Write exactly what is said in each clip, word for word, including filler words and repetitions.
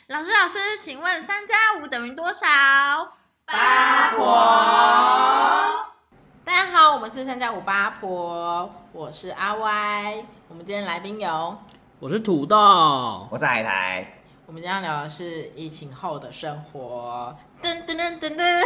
老师，老师，请问三加五等于多少？ 八婆。 大家好，我们是三加五八婆，我是阿歪。我们今天来宾有， 我是土豆， 我是海苔。 我们今天要聊的是疫情后的生活。噔噔噔噔噔。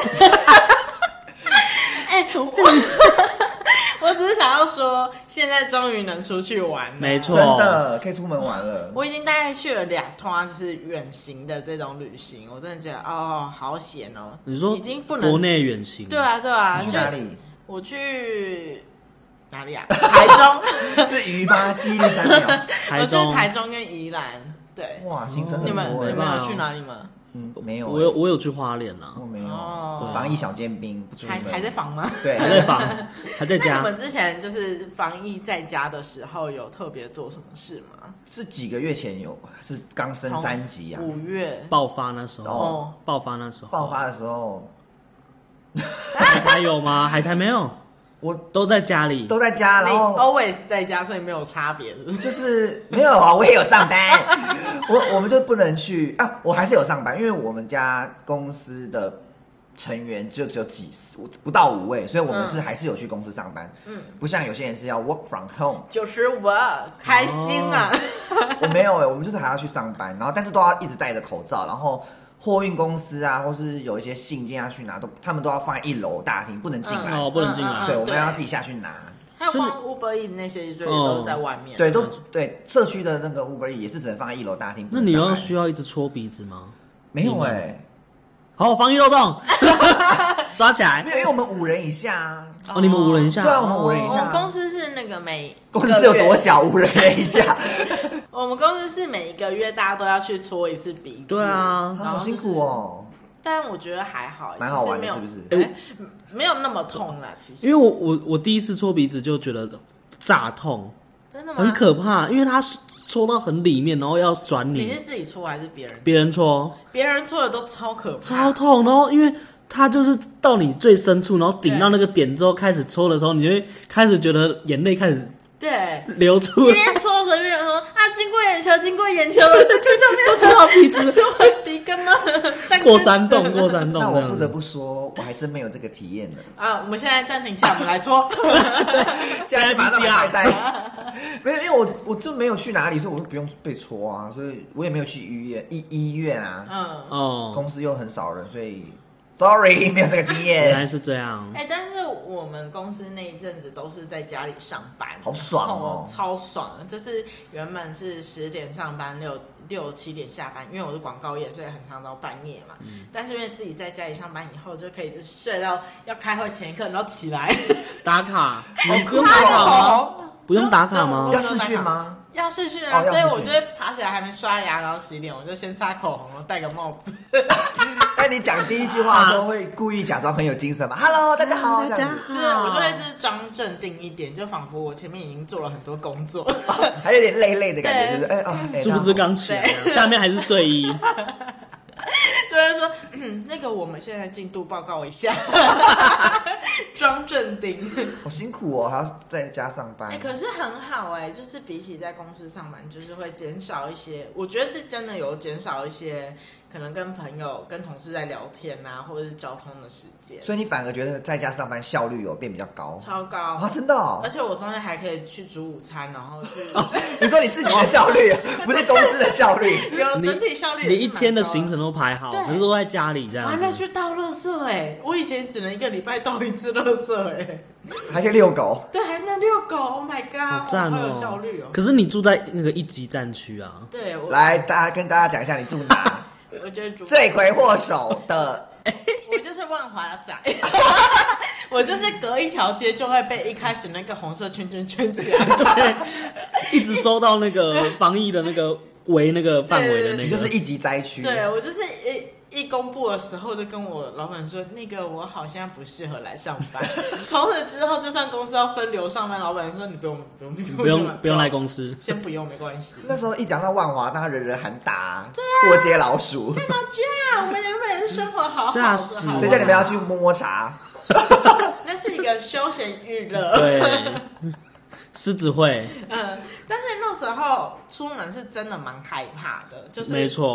哎、欸，我我只是想要说，现在终于能出去玩了， 没错， 真的可以出门玩了。 我已经大概去了两趟，就是远行的这种旅行，我真的觉得哦，好险哦！ 你说已经不能国内远行？ 对啊，对啊。 你去哪里？ 我去哪里啊？台中。 是鱼吧？记忆力三秒。 我去台中跟宜兰。对， 哇，行程很多。 你们你们有去哪里吗？ 嗯，没有、欸。 我有我有去花莲啦。 我没有。 哦、 防疫小尖兵不出门。 还还在防吗？ 对， 还在防，还在家。 那你们之前就是防疫在家的时候，有特别做什么事吗？ 是几个月前有，是刚升三级啊。 五月爆发那时候。 哦， 爆发那时候。 爆发的时候。 海苔有吗？海苔没有。我都在家里， 都在家，然后 always 在家，所以没有差别。 就是没有啊，我也有上班，我我们就不能去啊，我还是有上班，因为我们家公司的成员就只有几十，不到五位，所以我们是、嗯、还是有去公司上班。嗯，不像有些人是要 work from home， 就是我开心啊。 哦、我没有哎、欸，我们就是还要去上班，然后但是都要一直戴着口罩，然后。货运公司啊，或是有一些信件要去拿，都他们都要放在一楼大厅，不能进来。 嗯、哦，不能进来。 对，我们要自己下去拿。 还有光 Uber Eats 那些，就都在外面。 对，都对，社区的那个 Uber Eats 也是只能放在一楼大厅。 那你要需要一直戳鼻子吗？ 没有哎、欸。 好，防疫漏洞，抓起来。 没有，因为我们五人以下啊。 哦，你们五人以下？ 对啊，我们五人以下、 啊。哦，公司是那个每公司有多小？五人以下。 我们公司是每一个月大家都要去戳一次鼻子。 对啊， 好辛苦哦。 但我觉得还好， 蛮好玩的，是不是？ 欸、没有那么痛啦，其实。 因为我我我第一次戳鼻子就觉得炸痛， 真的吗？ 很可怕，因为它戳到很里面，然后要转你。 你是自己戳还是别人？ 别人戳， 别人戳的都超可怕， 超痛。然后因为它就是到你最深处，然后顶到那个点之后开始戳的时候，你就会开始觉得眼泪开始对流出来。 一边戳的时候，一边说啊，经过眼球，经过眼球了，这上面都戳到鼻子， 戳到鼻根吗？ 过山洞，过山洞。 那我不得不说，我还真没有这个体验的。 啊，我们现在暂停一下，我们来戳。 现在马上快塞。没有，因为我我就没有去哪里，所以我就不用被戳啊，所以我也没有去医院医医院啊。嗯哦，公司又很少人，所以 sorry 没有这个经验。 原来是这样。 哎、欸，但是我们公司那一阵子都是在家里上班， 好爽哦， 超爽的。就是原本是十点上班，六六七点下班，因为我是广告业，所以很常到半夜嘛。嗯、但是因为自己在家里上班以后，就可以就睡到要开会前一刻，然后起来打卡。 你不用打卡吗？ 不用打卡吗？ 要视讯吗？ 要视讯啊、哦，所以我就会爬起来，还没刷牙，然后洗脸，我就先擦口红，然后戴个帽子。 那你讲第一句话的时候，会故意假装很有精神吗 ？Hello， 大家好， 大家好。对，我就会就是装镇定一点，就仿佛我前面已经做了很多工作， 哦、还有点累累的感觉，就是哎啊， 殊不知刚起来，下面还是睡衣。 所以说、嗯，那个我们现在进度报告一下，装镇定， 好辛苦哦，还要在家上班。 哎、欸，可是很好哎、欸，就是比起在公司上班，就是会减少一些，我觉得是真的有减少一些。可能跟朋友、跟同事在聊天啊，或者是交通的时间， 所以你反而觉得在家上班效率有变比较高， 超高啊！真的哦， 而且我中间还可以去煮午餐，然后去。 哦、你说你自己的效率，不是公司的效率， 有整体效率也是。 你一天的行程都排好，可是都在家里这样子。 我还没有去倒垃圾哎、欸，我以前只能一个礼拜倒一次垃圾哎、欸， 还可以遛狗， 对，还能遛狗 ，Oh my god， 好赞哦， 好有效率哦。 可是你住在那个一级战区啊？ 对，我来，大家跟大家讲一下你住哪。 我觉得罪魁祸首的， 我就是万华仔，我就是隔一条街就会被一开始那个红色圈圈圈起来， 对，一直收到那个防疫的那个围那个范围的那个， 你就是一级灾区。 对，我就是一。一公布的时候就跟我老板说，那个我好像不适合来上班。从此之后，就算公司要分流上班，老板说你不用不用不用不用不用来公司， 先不用没关系。 那时候一讲到万华，大家人人喊打，对啊，过街老鼠。 干嘛这样？我们原本生活好好的， 吓死我！ 谁叫你们要去摸摸茶？ 那是一个休闲娱乐。 对。狮子会， 嗯，但是那时候出门是真的蛮害怕的，就是没错，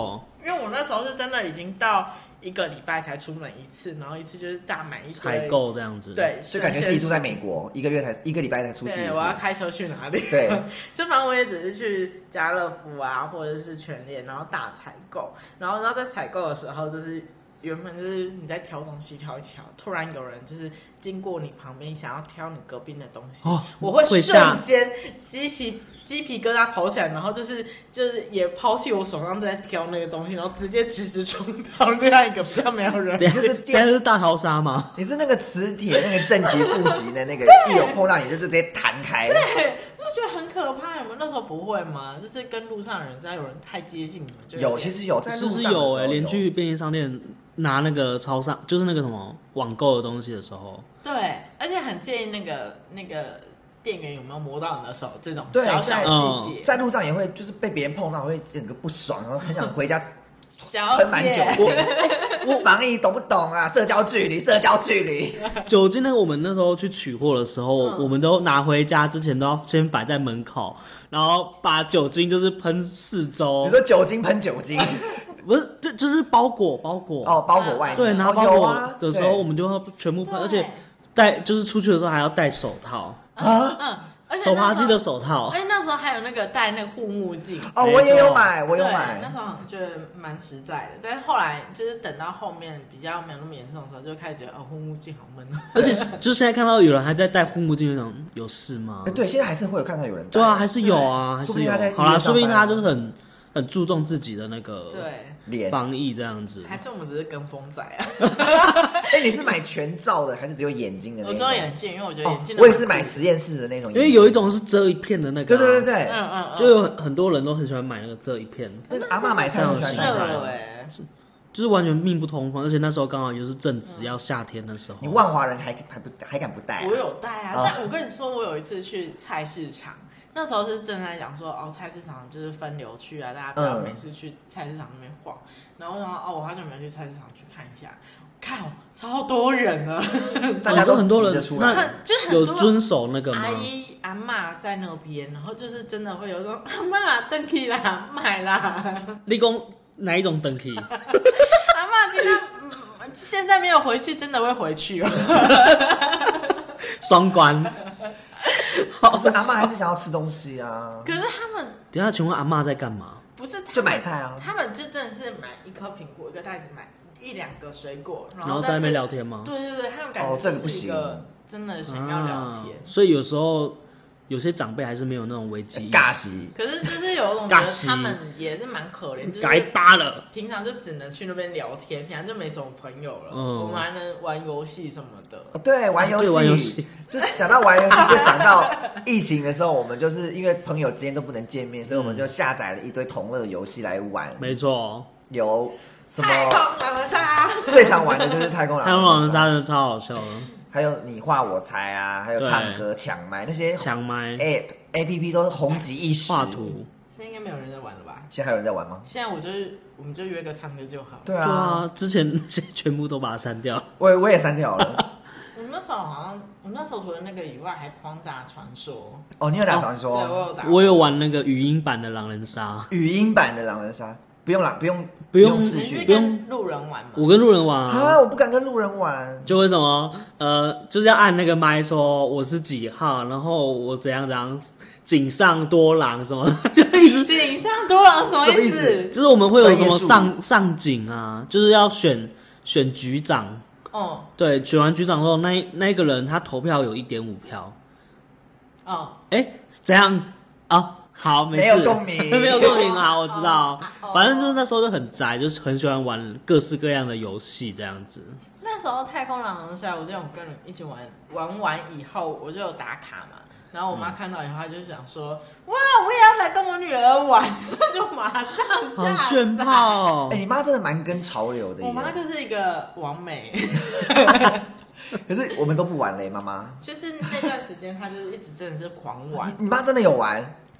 因为我那时候是真的已经到一个礼拜才出门一次，然后一次就是大买一堆采购这样子。 对， 就感觉自己住在美国，一个月才一个礼拜才出去一次。 对，我要开车去哪里？ 对， 就反正我也只是去家乐福啊，或者是全联，然后大采购。然后，然后在采购的时候，就是原本就是你在挑东西挑一挑，突然有人就是经过你旁边，想要挑你隔壁的东西， 哦、 我会瞬间激起鸡皮疙瘩跑起来，然后就是就是也抛弃我手上在挑那个东西，然后直接直直冲到另外一个比较没有人。 就是现在是大逃杀吗？ 你是那个磁铁那个正极负极的那个，一有碰到你就直接弹开。 对，就觉得很可怕。你们那时候不会吗？就是跟路上的人，只要有人太接近你们就有，其实有，在路是上有哎、欸，连去便利商店拿那个超商，就是那个什么网购的东西的时候， 对，而且很介意那个那个店员有没有摸到你的手，这种对小小细节、 嗯，在路上也会就是被别人碰到会整个不爽，然后很想回家小喷满酒姐， 精。我防疫懂不懂啊？社交距离，社交距离。 酒精呢？我们那时候去取货的时候， 嗯、 我们都拿回家之前都要先摆在门口，然后把酒精就是喷四周。 你说酒精喷酒精？ 不是，就就是包裹包裹哦，包裹外面。 对，拿包裹的时候我们就要全部喷，而且戴就是出去的时候还要戴手套啊。 嗯。 手扒鸡的手套， 而且那时候还有那个戴那个护目镜哦，我也有买，我有买。 那时候觉得蛮实在的，但是后来就是等到后面比较没有那么严重的时候，就开始觉得哦，护目镜好闷。 而且就现在看到有人还在戴护目镜，那种有事吗？ 欸、对，现在还是会有看到有人戴。 对啊，还是有啊，还是有。好啦，说不定他就是很很注重自己的那个对防疫这样子。 还是我们只是跟风仔啊？ 哎、欸，你是买全罩的还是只有眼睛的那种？ 我只有眼镜，因为我觉得眼镜、 哦。我也是买实验室的那种眼镜， 因为有一种是遮一片的那个、啊。 对对对对， 嗯嗯嗯， 就有很多人都很喜欢买那个遮一片。 那个阿嬷买菜很喜欢戴它， 哎， 就是完全密不通风，而且那时候刚好也是正值要夏天的时候。 你万华人还还不还敢不戴、啊？ 我有戴啊，哦、但我跟你说，我有一次去菜市场。那时候是正在讲说哦，菜市场就是分流区啊，大家不要每次去菜市场那边晃。嗯、然后然后哦，我好久没有去菜市场去看一下，看哦，超多人呢， 大家都很多人， 那就是有遵守那个吗？ 阿姨阿嬷在那边，然后就是真的会有种阿嬷登去啦，买啦。 你讲哪一种登去？ 阿嬷今天、嗯、现在没有回去，真的会回去哦。 双关。 好是阿嬷还是想要吃东西啊？ 可是他们， 等一下，请问阿嬷在干嘛？ 不是就买菜啊？ 他们就真的是买一颗苹果，一个袋子买一两个水果，然后, 然后在那边聊天吗？ 对对对，他们感觉哦，这个不行， 真的想要聊天、 啊。所以有时候有些长辈还是没有那种危机意识。 尬戏。 可是就是有一种觉得他们也是蛮可怜， 该扒了。 平常就只能去那边聊天，平常就没什么朋友了。嗯、我们还能玩游戏什么的。 哦、对，玩游戏， 玩游戏。 就是讲到玩游戏，就想到疫情的时候，我们就是因为朋友之间都不能见面，所以我们就下载了一堆同乐游戏来玩。 没错， 有什么？ 太空狼人杀。 最常玩的就是太空狼人杀。 太空狼人杀真的超好笑的。 还有你画我猜啊，还有唱歌抢麦那些抢麦 A A P P 都是红极一时。 画图， 现在应该没有人在玩了吧？ 现在还有人在玩吗？ 现在我就是我们就约个唱歌就好。 对啊， 对啊，之前那些全部都把它删掉。 我我也删掉了。 我们那时候好像，我们那时候除了那个以外，还狂打传说。 哦，你有打传说？ 对，我有打。 我有玩那个语音版的狼人杀。 语音版的狼人杀。不用啦，不用不用视讯， 不用路人玩嘛。 我跟路人玩啊， 啊我不敢跟路人玩。 就为什么？呃，就是要按那个麦说我是几号，然后我怎样怎样，井上多郎什么，就一直井上多郎什么意思？ 意思就是我们会有什么上上井啊，就是要选选局长。 哦， 对，选完局长之后，那那一个人他投票有一点五票。 哦， 哎，怎样啊？好，没事， 没有共鸣， 没有共鸣啊，我知道。 哦、 反正就是那时候就很宅，就是很喜欢玩各式各样的游戏这样子。 那时候太空狼人杀，我这种跟人一起玩，玩完以后我就有打卡嘛。然后我妈看到以后，她就想说：“哇，我也要来跟我女儿玩。”就马上下载。 好炫炮！ 哎、欸，你妈真的蛮跟潮流的耶。 我妈就是一个完美。 可是我们都不玩嘞，妈妈。 就是那段时间，她就是一直真的是狂玩。 你, 你妈真的有玩？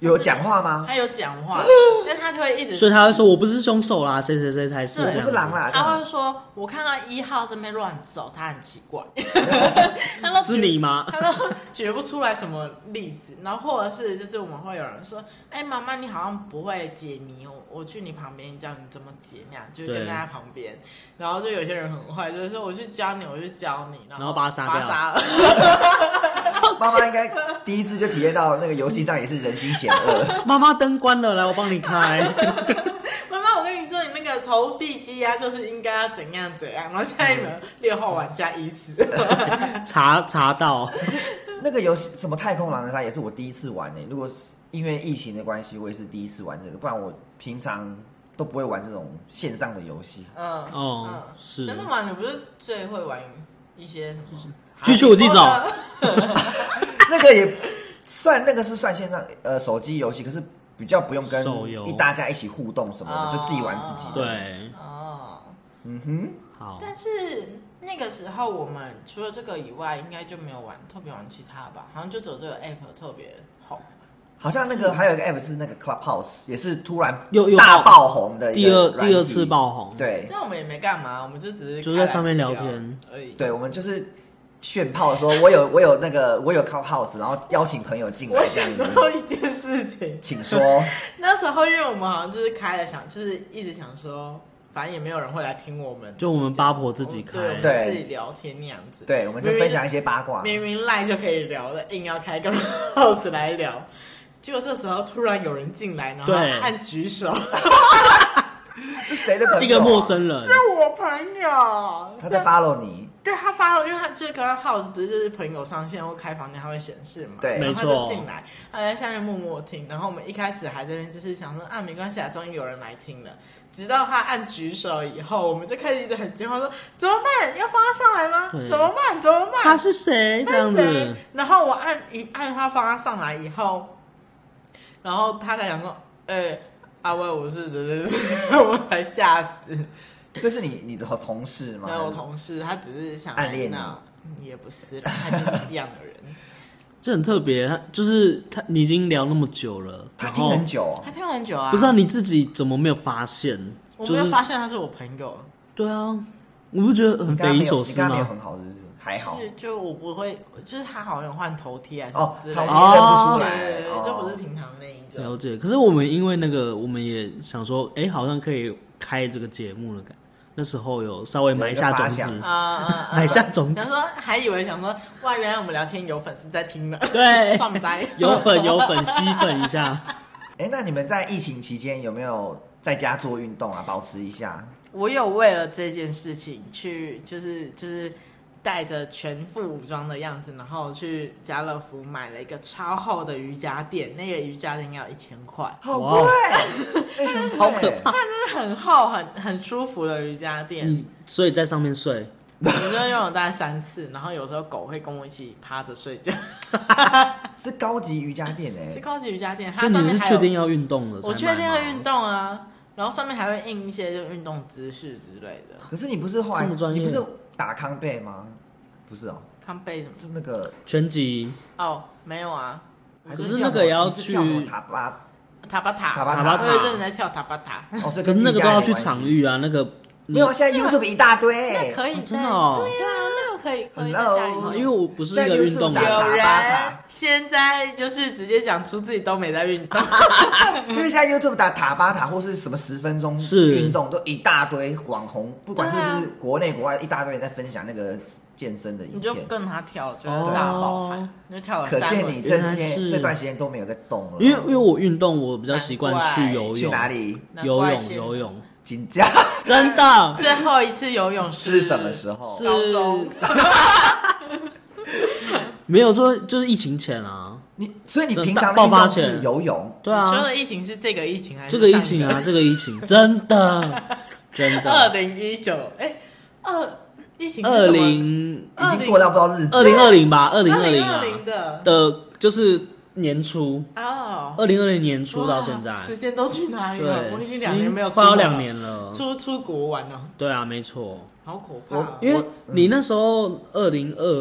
有讲话吗？ 他有讲话，但他就会一直， 所以他会说我不是凶手啦，谁谁谁才是， 对我不是狼啦。 他会说，我看到一号这边乱走，他很奇怪。他都是你吗？ 他都举不出来什么例子，然后或者是就是我们会有人说，哎、欸，妈妈你好像不会解谜，我我去你旁边教你怎么解那样，就是跟在他旁边，然后就有些人很坏，就是说我去教你，我去教你，然后把他杀掉， 把他杀了。 妈妈应该第一次就体验到那个游戏上也是人心险恶。 妈妈灯关了，来我帮你开。 妈妈，我跟你说，你那个投币机啊，就是应该要怎样怎样，然后下一轮六号玩家已死。 查查到， 可是那个游戏什么太空狼人杀也是我第一次玩诶、欸。如果是因为疫情的关系，我也是第一次玩这个，不然我平常都不会玩这种线上的游戏。 嗯哦， 嗯是真的吗？你不是最会玩一些什么？ 狙击武器走。 那个也算，那个是算线上呃手机游戏，可是比较不用跟一大家一起互动什么的，就自己玩自己的。 对， 哦， 嗯哼， 好。 但是那个时候我们除了这个以外，应该就没有玩特别玩其他吧？好像就只有这个 app 特别红。 好像那个还有一个 app 是那个 Clubhouse， 也是突然又又大爆红的一第二个软体第二次爆红。 对， 但我们也没干嘛，我们就只是就在上面聊天而已。 对，我们就是炫炮说，我有我有那个我有 Clubhouse， 然后邀请朋友进来我这样子。 想到一件事情， 请说。 那时候因为我们好像就是开了想，就是一直想说，反正也没有人会来听我们， 就我们八婆自己开， 对， 对我们自己聊天那样子。 对，我们就分享一些八卦。 明明赖就可以聊的，硬要开个 house 来聊。结果这时候突然有人进来，然后按举手。 是谁的朋友、啊？ 一个陌生人。 是我朋友。 他在 follow 你。 对，他发了，因为他就是刚刚 house 不是就是朋友上线或开房间，他会显示嘛。 对， 然后他就没错。 进来，他在下面默默听。然后我们一开始还在那边就是想说啊，没关系啊，终于有人来听了。直到他按举手以后，我们就开始一直很惊慌说怎么办？要放他上来吗？怎么办？怎么办？ 他是谁？这样子。 然后我按一按他放他上来以后。然后他才想说，哎、欸，阿威，我是谁谁谁，我才吓死。 这是你你的同事吗？ 没有，我同事，他只是想暗恋你，也不是啦，他就是这样的人。 这很特别，他就是他，你已经聊那么久了， 他听很久、哦， 他听很久啊。 不知道你自己怎么没有发现？ 我没有发现他是我朋友。 对啊，我不觉得很匪夷所思吗？ 你跟他没有很好，是不是？还好， 就, 就我不会，就是他好像有换头贴还是哦， 之类的，头贴认不出来， 对对对，就不是平常那一个。 了解，可是我们因为那个，我们也想说，哎、欸，好像可以开这个节目了，感那时候有稍微埋下种子啊， 埋下种子。 想说还以为想说，哇，原来我们聊天有粉丝在听呢， 对， 上灾有粉有粉吸粉一下。 哎，那你们在疫情期间有没有在家做运动啊？保持一下。 我有为了这件事情去，就是就是。带着全副武装的样子，然后去家乐福买了一个超厚的瑜伽垫，那个瑜伽垫要一千块， 好贵，欸、很好可怕。 它就是很厚、很很舒服的瑜伽垫。 你所以在上面睡， 我就用了大概三次，然后有时候狗会跟我一起趴着睡觉。 是高级瑜伽垫哎、欸， 是高级瑜伽垫。 所以你是确定要运动了？ 我确定要运动啊，然后上面还会印一些就运动姿势之类的。 可是你不是后来这么专业？ 你不是打康贝吗？不是哦， 康贝什么？ 就那个拳击哦，没有啊。 可是那个也要去塔巴塔巴塔， 塔巴塔， 我有阵子在跳塔巴塔。 哦，所以跟那个都要去场域啊，那个没有，现在 YouTube 一大堆， 那可以真的哦， 对啊，那个可以可以在家里， 因为我不是一个运动的人。 有人现在就是直接讲出自己都没在运动， 因为现在 YouTube 打塔巴塔或是什么十分钟运动都一大堆网红，不管是不是国内国外一大堆人在分享那个健身的影片， 你就跟他跳，就是大爆汗，你就跳了可三轮。 见你这些这段时间都没有在动了。 因为因为我运动，我比较习惯去游泳。 去哪里？ 游泳游泳。 紧张， 真的。 最后一次游泳是什么时候？ 高中。 没有说就是疫情前啊。 你所以你平常爆发前是游泳？ 对啊。 说的疫情是这个疫情还是这个疫情啊？这个疫情真的真的。 二零一九哎二。疫情二零已经过到不知道日子， 二零二零吧，二零二零啊的的，就是年初哦， 二零二零年初到现在， 时间都去哪里了？我已经两年没有出， 快要两年了， 出出国玩了。 对啊，没错， 好可怕。 因为你那时候二零二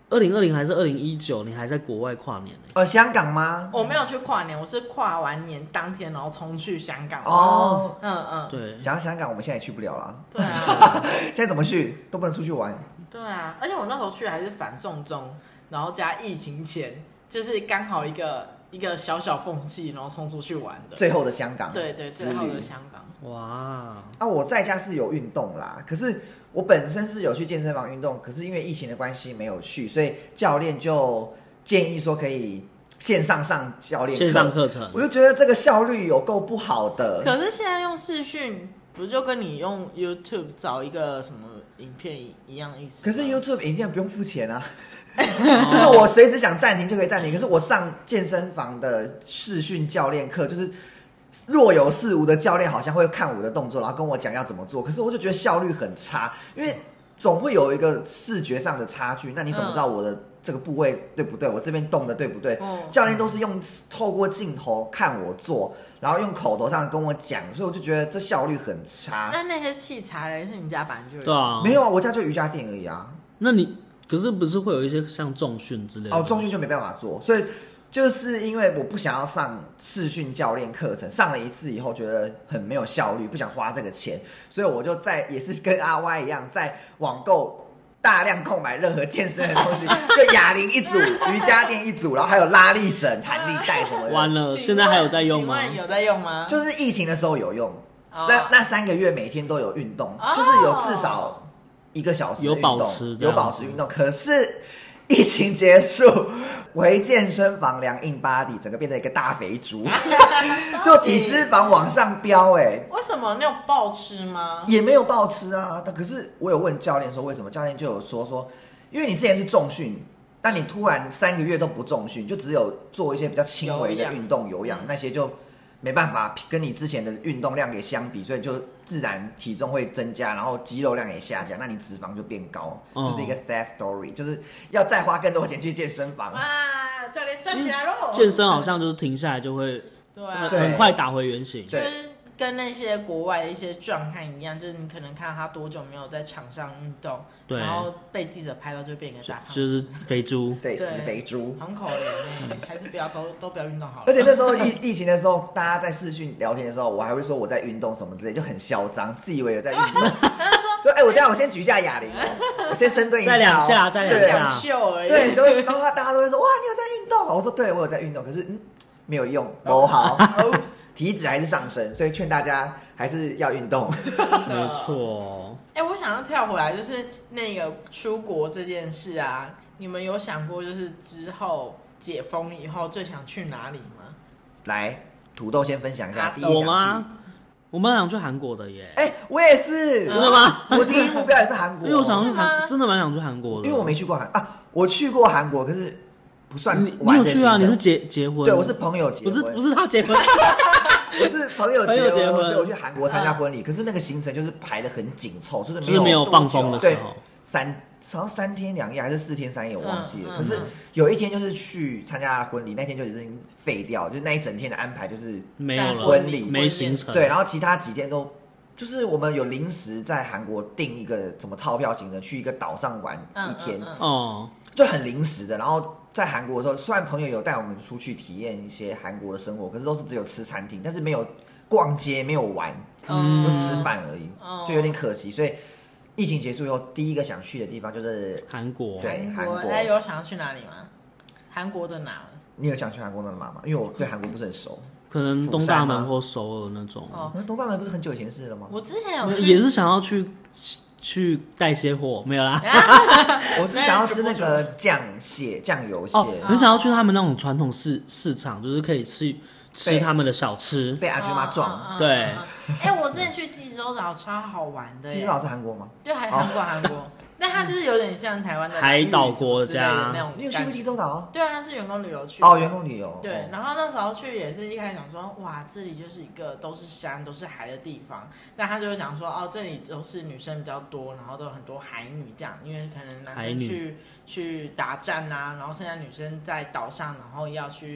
二零二零还是二零一九，你还在国外跨年、欸？ 呃，香港吗？ 我没有去跨年，我是跨完年当天然后冲去香港。 哦， 嗯嗯， 对， 讲到香港，我们现在也去不了了。 对啊， 现在怎么去都不能出去玩。 对啊，而且我那时候去还是反送中，然后加疫情前，就是刚好一个一个小小缝隙，然后冲出去玩的。 最后的香港， 对对，最后的香港。 哇， 啊，我在家是有运动啦，可是我本身是有去健身房运动，可是因为疫情的关系没有去，所以教练就建议说可以线上上教练课线上课程， 我就觉得这个效率有够不好的。 可是现在用视讯，不就跟你用 YouTube 找一个什么影片一样的意思？ 可是 YouTube 影片不用付钱啊。就是我随时想暂停就可以暂停，可是我上健身房的视讯教练课，就是若有似无的教练好像会看我的动作，然后跟我讲要怎么做，可是我就觉得效率很差，因为总会有一个视觉上的差距，那你怎么知道我的这个部位对不对？我这边动的对不对？ 嗯、 教练都是用透过镜头看我做，然后用口头上跟我讲，所以我就觉得这效率很差。 那那些器材嘞，是你家本来就有？ 对啊， 没有啊，我家就瑜伽垫而已啊。 那你可是不是会有一些像重训之类的？ 哦，重训就没办法做，所以就是因为我不想要上视讯教练课程，上了一次以后觉得很没有效率，不想花这个钱，所以我就在也是跟阿 Y 一样，在网购大量购买任何健身的东西，就哑铃一组，瑜伽垫一组，然后还有拉力绳、弹力带什么的。 完了，现在还有在用吗？ 有在用吗？ 就是疫情的时候有用， 哦、 那那三个月每天都有运动， 哦、 就是有至少一个小时的运动， 有保持有保持运动。可是疫情结束，回健身房量硬巴底，整个变成一个大肥猪，就体脂肪往上飙哎、欸。 为什么你有暴吃吗？ 也没有暴吃啊，但可是我有问教练说为什么，教练就有说说，因为你之前是重训，但你突然三个月都不重训，就只有做一些比较轻微的运动，有氧、嗯、那些就没办法跟你之前的运动量给相比，所以就自然体重会增加，然后肌肉量也下降，那你脂肪就变高，嗯、就是一个 sad story， 就是要再花更多钱去健身房。 哇，教练赚起来喽！ 健身好像就是停下来就会， 对啊， 很快打回原形。 就是跟那些国外的一些壮汉一样，就是你可能看他多久没有在场上运动， 对， 然后被记者拍到就变一个大胖子， 就是肥猪， 对，死肥猪， 很可怜，还是不要都都不要运动好了。 而且那时候疫疫情的时候，大家在视讯聊天的时候，我还会说我在运动什么之类，就很嚣张，自以为有在运动。说哎、欸，我等一下我先举一下哑铃哦，我先深蹲一下、哦， 再两下，再两下， 秀而已。 对，就然后大家都会说哇，你有在运动？我说对，我有在运动，可是嗯，没有用，不好，体脂还是上升，所以劝大家还是要运动。 没错。 哎、欸，我想要跳回来，就是那个出国这件事啊，你们有想过就是之后解封以后最想去哪里吗？ 来，土豆先分享一下，第一我吗？我蛮想去韩国的耶！ 哎、欸，我也是， 真的吗？ 我第一目标也是韩国， 因为我想去韩，真的蛮想去韩国的。 因为我没去过韩啊，我去过韩国，可是不算你你有去啊？你是结结婚？ 对，我是朋友结婚， 不是不是他结婚， 我是朋友结婚， 结婚所以我去韩国参加婚礼。可是那个行程就是排得很紧凑，就是没有就是没有放风的时候， 三好像三天两夜还是四天三夜，我忘记了。 嗯嗯、 可是有一天就是去参加婚礼，那天就已经废掉，就那一整天的安排就是没有了婚礼没行程。 对，然后其他几天都就是我们有临时在韩国订一个什么套票行程，去一个岛上玩一天， 哦、嗯， 就很临时的。然后在韩国的时候，虽然朋友有带我们出去体验一些韩国的生活，可是都是只有吃餐厅，但是没有逛街，没有玩，嗯，就吃饭而已，嗯、就有点可惜。所以疫情结束以后，第一个想去的地方就是韩国。 对，韩国。 那有想要去哪里吗？韩国的哪？ 你有想去韩国的哪吗？因为我对韩国不是很熟。 可能东大门或首尔那种。 哦， 东大门不是很久以前事了吗？ 我之前有去， 也是想要去去带些货，没有啦。 我是想要吃那个酱蟹、酱油蟹、 哦，很想要去他们那种传统市市场，就是可以吃吃他们的小吃。 被阿舅妈撞。 对。 哎，我之前去济州岛超好玩的。 济州岛是韩国吗？ 对，韩韩国韩国。但它就是有点像台湾的海岛国家那种。 你有去过济州岛？ 对啊，它是员工旅游去。 哦，员工旅游。 对，然后那时候去也是一开始想说，哇，这里就是一个都是山、都是海的地方。但他就会讲说，哦，这里都是女生比较多，然后都有很多海女这样，因为可能男生去去打战啊，然后剩下女生在岛上，然后要去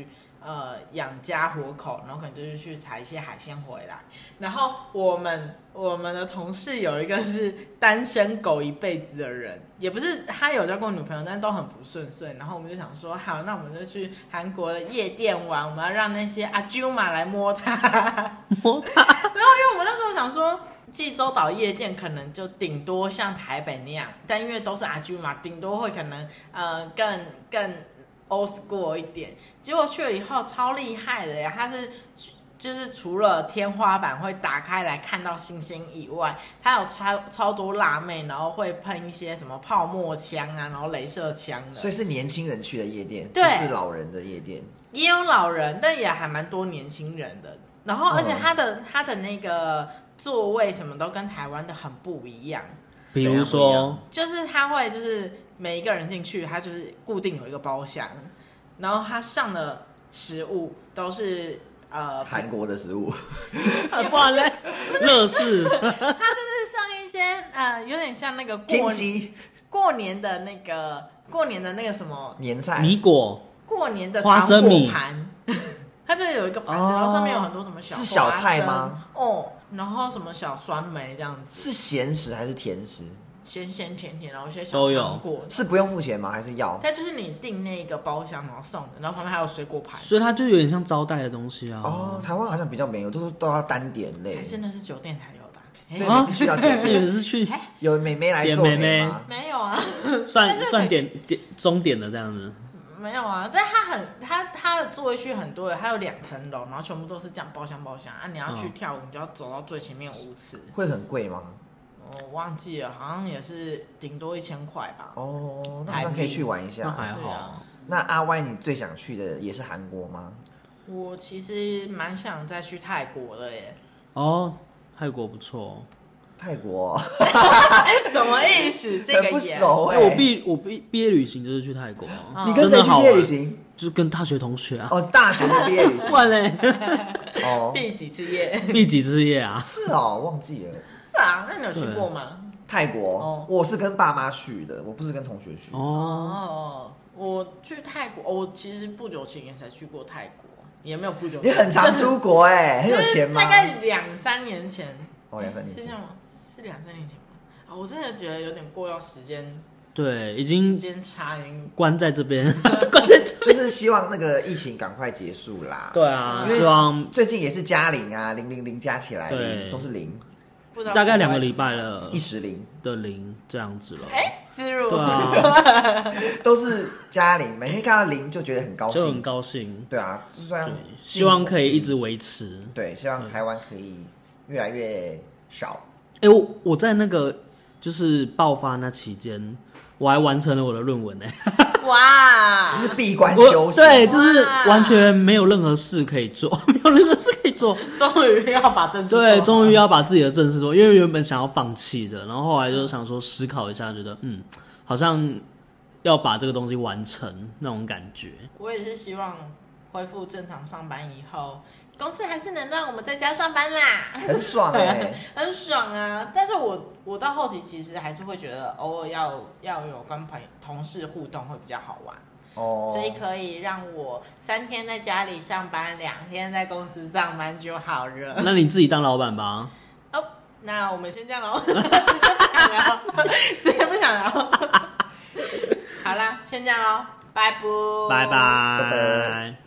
呃养家活口，然后可能就是去采一些海鲜回来。然后我们我们的同事有一个是单身狗一辈子的人，也不是他有交过女朋友，但都很不顺遂。然后我们就想说，好，那我们就去韩国的夜店玩，我们要让那些阿舅妈来摸他， 摸他。 然后因为我们那时候想说。济州岛夜店可能就顶多像台北那样，但因为都是阿舅嘛，顶多会可能呃更更 old school 一点。结果去了以后超厉害的呀，它是就是除了天花板会打开来看到星星以外，它有超超多辣妹，然后会喷一些什么泡沫枪啊，然后雷射枪的。 所以是年轻人去的夜店， 对， 不是老人的夜店。 也有老人，但也还蛮多年轻人的。然后而且它的、嗯、它的那个。座位什么都跟台湾的很不一样， 比如说， 就是他会就是每一个人进去，他就是固定有一个包厢，然后他上的食物都是呃韩国的食物， 不然嘞，乐事， 他就是上一些呃有点像那个过年过年的那个过年的那个什么年菜米果， 过年的花生米盘，它就有一个盘子，哦、然后上面有很多什么小是小菜吗？ 哦。然后什么小酸梅这样子， 是咸食还是甜食？ 咸咸甜甜，然后一些小糖果， 是不用付钱吗？还是要？ 它就是你订那个包厢然后送的，然后旁边还有水果盘， 所以它就有点像招待的东西啊。 哦，台湾好像比较没有，都都要单点类。 还是那是酒店才有的？ 所以你是去到酒店， 也是去有妹妹来做媒吗？ 没有啊， 算算点点终点的这样子。 没有啊，但它很它它的座位区很多的，它有两层楼，然后全部都是这样包厢包厢啊。你要去跳舞，你就要走到最前面五尺。 会很贵吗？ 我忘记了，好像也是顶多一千块吧。 哦，那可以去玩一下， 那还好。 啊、 那阿歪，你最想去的也是韩国吗？ 我其实蛮想再去泰国的耶。 哦，泰国不错。 泰国什么意思？这个很不熟哎、 欸。我毕我毕毕业旅行就是去泰国、啊。 你跟谁去毕业旅行？ 就是跟大学同学啊。 哦，大学的毕业旅行。 完嘞。 哦。 毕几次业？ 毕几次业啊？ 是哦，忘记了。 是啊，那你有去过吗？ 泰国、 哦， 我是跟爸妈去的，我不是跟同学去。 哦，我去泰国，我其实不久前也才去过泰国，也没有不久前。 你很常出国哎、欸，很有钱吗？ 大概两三年前。 哦，两三年前。 是这样吗？是两三年前吗？啊，我真的觉得有点过要时间。 对，已经时间差，已经关在这边，关在这边，就是希望那个疫情赶快结束啦。 对啊，希望最近也是加零啊，零零零加起来零都是零， 大概两个礼拜了， 一时零的零这样子了。 哎、欸，自入， 对啊， 都是加零，每天看到零就觉得很高兴， 就很高兴。 对啊，就算希望可以一直维持。 对，希望台湾可以越来越少。 哎、欸，我我在那个就是爆发那期间。我还完成了我的论文呢、欸！ 哇， 就是闭关休息， 对，就是完全没有任何事可以做，没有任何事可以做。 终于要把正事做， 对，终于要把自己的正事做，因为原本想要放弃的，然后后来就想说思考一下，觉得嗯，好像要把这个东西完成那种感觉。 我也是希望恢复正常上班以后。公司还是能让我们在家上班啦， 很爽哎、欸， 很爽啊！但是我我到后期其实还是会觉得偶尔要要有跟朋友同事互动会比较好玩哦，所以可以让我三天在家里上班，两天在公司上班就好了。 那你自己当老板吧。 哦，那我们先这样喽，直接不想聊，直接不想聊。好啦，先这样喽，拜拜， 拜拜。 拜拜。